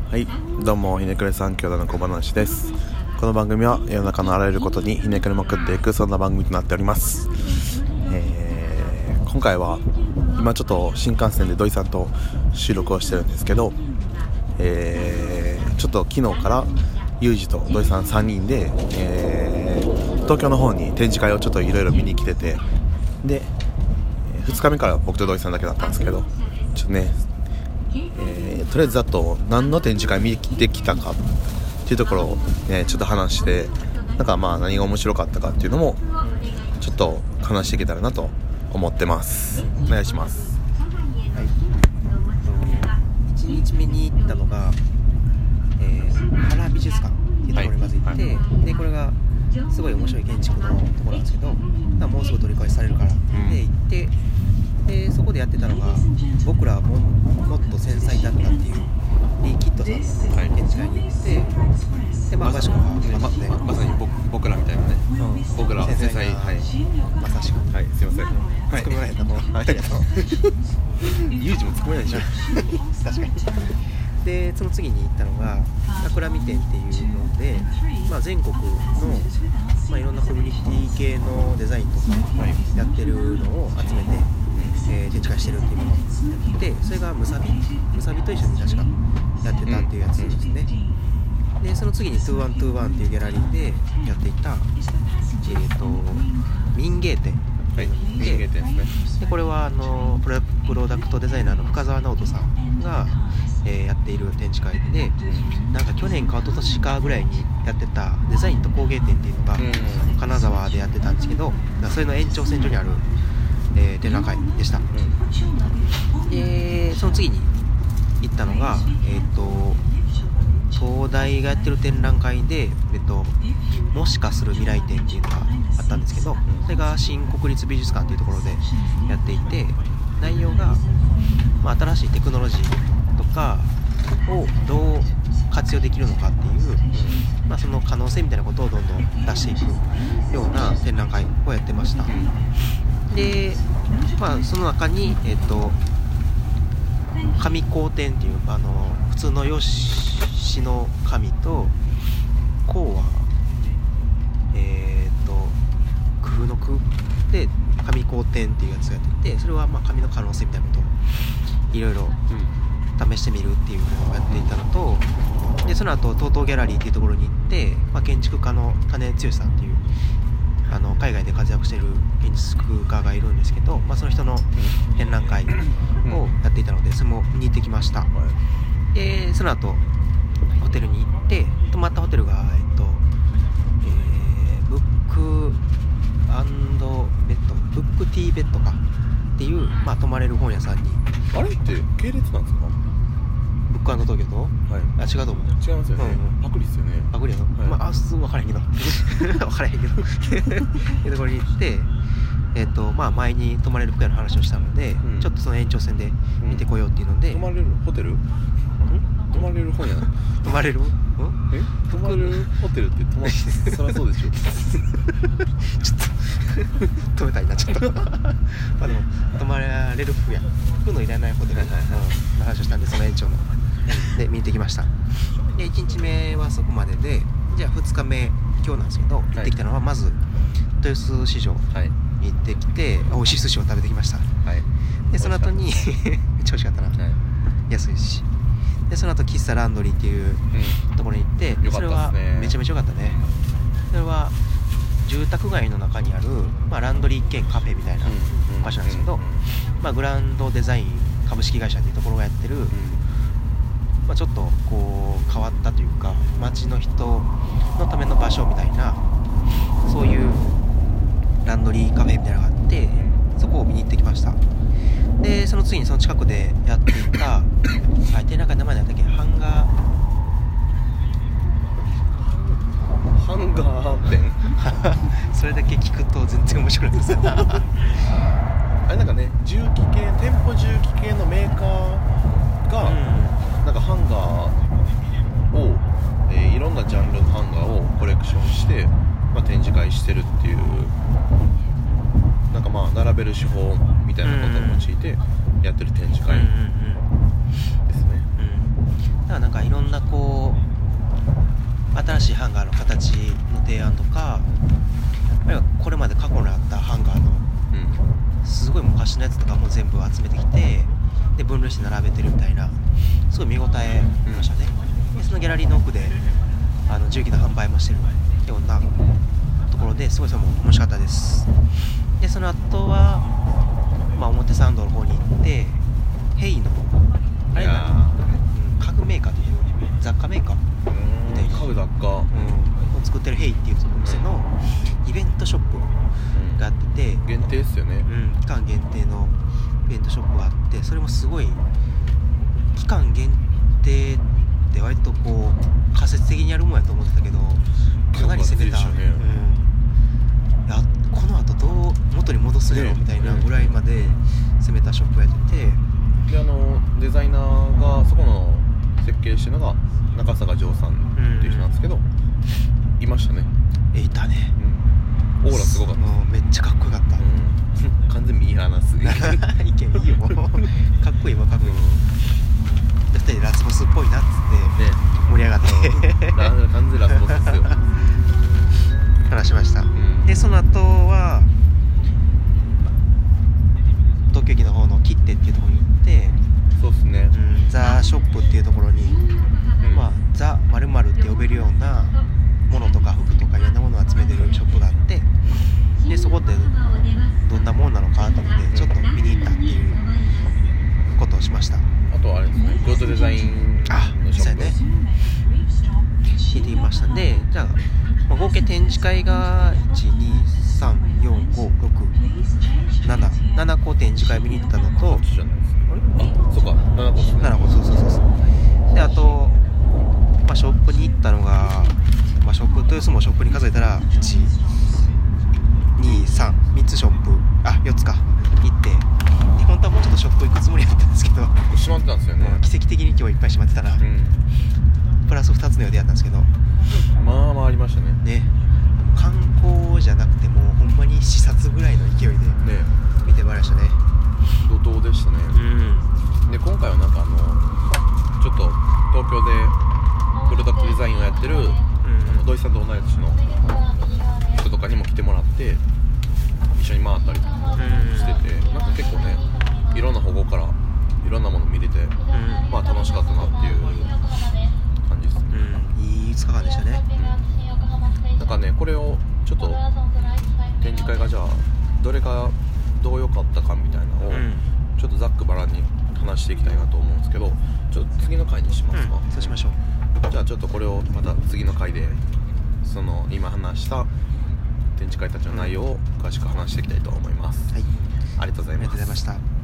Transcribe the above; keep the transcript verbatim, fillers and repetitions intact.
はい、どうもひねくれさん兄弟の小話です。この番組は世の中のあらゆることにひねくれまくっていく、そんな番組となっております。えー、今回は今ちょっと新幹線で土井さんと収録をしてるんですけど、えー、ちょっと昨日からユージと土井さんさんにんで、えー、東京の方に展示会をちょっといろいろ見に来てて、でふつかめから僕と土井さんだけだったんですけど、ちょっとね、えー、とりあえずざっと何の展示会見てきたかっていうところをねちょっと話して、なんかまあ何が面白かったかっていうのもちょっと話していけたらなと思ってます。お願いします。 はい、いちにちめに行ったのが、えー、原美術館っていうところにまず行って、はいはい、でこれがすごい面白い建築のところなんですけど、もうすぐ取り返しされるから、うん、で行って、でそこでやってたのが僕らは も, もっと繊細だったっていうリー・キッドさんの展示会に行って、でまあ詳しくはま, ま, まさに 僕, 僕らみたいなね、うん、僕らは繊細、はい、 まさしく、 はい、すいません、 突っ込みまれたもん、ありがとう。 ユージも突っ込めないでしょ確かに。でその次に行ったのが桜見展っていうので、まあ、全国の、まあ、いろんなコミュニティ系のデザインとかやってるのを集めて、えー、展示会してるっていうのをやって、それがムサビムサビと一緒に確かやってたっていうやつですね。でその次ににせんにじゅういちっていうギャラリーでやっていた、えー、と民芸展、 はい、民芸展ですね。 でこれはあのプロ、プロダクトデザイナーの深澤直人さんが、えー、やっている展示会で、なんか去年か一昨年かぐらいにやってたデザインと工芸展っていうのが金沢でやってたんですけど、それの延長線上にある、えー、展覧会でした。でその次に行ったのが、えー、と東大がやってる展覧会で、えっと、もしかする未来展っていうのがあったんですけど、それが新国立美術館っていうところでやっていて、内容が、まあ、新しいテクノロジーとかをどう活用できるのかっていう、まあ、その可能性みたいなことをどんどん出していくような展覧会をやってました。で、まあ、その中に、えっと、紙工展っていうあの普通の用紙の紙と工はえー、っと工夫の工で紙工展っていうやつをやってて、それはまあ紙の可能性みたいなことをいろいろ試してみるっていうのをやっていたのと、でその後 トートー ギャラリーっていうところに行って、まあ、建築家の金剛さんっていうあの海外で活躍している建築家がいるんですけど、まあ、その人の展覧会をやっていたので、それも見に行ってきました。でその後ホテルに行って、泊まったホテルが、えっとえー、ブック&ベッドブックティーベッドかっていう、まあ、泊まれる本屋さんに。 あれって系列なんですか？ ブック&東京と、はい、あ違うと思う。 違いますよね、うん、パクリですよね。 パクリやの、はい、まああすぐ分からへんけど分からへんけどってところに行って、えーとまあ、前に泊まれる服屋の話をしたので、うん、ちょっとその延長線で見てこようっていうので、 うん、泊まれるホテル？泊まれる本屋泊まれる？ え？泊まれるホテルって泊まるそりゃそうでしょちょっと止めたいなちょっとまあでも泊まれる服屋、服のいらないホテルの話をしたんで、その延長ので見に行ってきました。でいちにちめはそこまでで、じゃあふつかめ今日なんですけど、行ってきたのはまず豊洲市場に行ってきて、はい、美味しい寿司を食べてきました。はい、でその後に調子があったな、はい、安いし、でその後喫茶ランドリーっていうところに行って、うん、それはめちゃめちゃ良かったね。それは住宅街の中にある、まあ、ランドリー兼カフェみたいな場所なんですけど、うんうんうん、まあ、グランドデザイン株式会社っていうところがやってる、うん、まあ、ちょっとこう変わったというか街の人のための場所みたいな、そういうランドリーカフェみたいなのがあって、そこを見に行ってきました。でその次にその近くでやっていたあ展覧会の名前なんだっけ、ハンガーハンガー店それだけ聞くと全然面白いですよあれなんかね、重機系店舗重機系のメーカーが、うん、なんかハンガーを、えー、いろんなジャンルのハンガーをコレクションして、まあ、展示会してるっていう、なんかまあ並べる手法みたいなことを用いてやってる展示会ですね。 だからあなんかいろんなこう新しいハンガーの形の提案とか、これまで過去にあったハンガーのすごい昔のやつとかも全部集めてきて、で分類して並べてるみたいな、すごい見応えありましたね。でそのギャラリーの奥であの重機の販売もしてるようなところで、すごいそれも面白かったです。でその後は、まあ、表参道の方に行って、ヘイのあれな、うん、家具メーカーという雑貨メーカーみたいな家具雑貨、うん、 を作ってるヘイっていうお店のイベントショップがあってて、 うん、限定ですよね、 うん、期間限定のイベントショップがあって、それもすごい期間限定って割とこう仮説的にやるもんやと思ってたけど、かなり攻めた、ね、うん、いやこの後どう元に戻すやろみたいなぐらいまで攻めたショップやってて、 であのデザイナーがそこの設計してるのが中坂城さんっていう人なんですけど、うん、いましたね。 えいたね、 うん、オーラすごかった。 もうめっちゃかっこよかった、 うん、完全にミーハーなすぎいけいいよかっこいいわかっこいい、うん、でふたりでラスボスっぽいなっつって盛り上がって、 ね、完全にラスボスですよ話しました、うん、でその後は東京駅の方の切手っていうところに行って、 そうですね、 うん、ザ・ショップっていうところに、うん、まあ、ザ・〇〇って呼べるようなものとか服とかいろんなものを集めてるショップがあって、でそこってどんなもんなのかと思ってちょっと見に行ったっていうことをしました。 あとはあれですね、グッドデザインのショップ、 あ、そうやね、聞いていましたんで、じゃあ、まあ、合計展示会がいち、に、さん、よん、ご、ろく、なな、ななこ展示会見に行ったのと、 じゃないですか。あ、そうか、ななこですね。 ななこ、そうそうそうそう。で、あと、まあ、ショップに行ったのが、まあ、ショップ、豊洲もショップに数えたら、いち、に、さん、みっつショップ、あ、よっつか、行って、で、本当はもうちょっとショップ行くつもりだったんですけど、 閉まってたんですよね。 奇跡的に今日いっぱい閉まってたら、うん、プラスふたつの予定だったんですけど、 まあまあありましたね。 ね、観光じゃなくてもほんまに視察ぐらいの勢いで見てまいりましたね。 怒涛でしたね、うん、で今回はなんかあのちょっと東京でプロダクトデザインをやってる、うん、あの土井さんと同い年の人とかにも来てもらって一緒に回ったりしてて、うん、なんか結構ね、いろんな方向からいろんなもの見れて、うん、まあ楽しかったなっていう感じですね、 うん、いいいつかかんでしたね、 うん、なんかね、これをちょっと展示会がじゃあどれがどう良かったかみたいなのを、うん、ちょっとざっくばらんに話していきたいなと思うんですけど、ちょっと次の回にしますか、 うん、そうしましょう。 じゃあちょっとこれをまた次の回でその今話した展示会たちの内容を詳しく話していきたいと思います、 はい、 ありがとうございます。 ありがとうございました。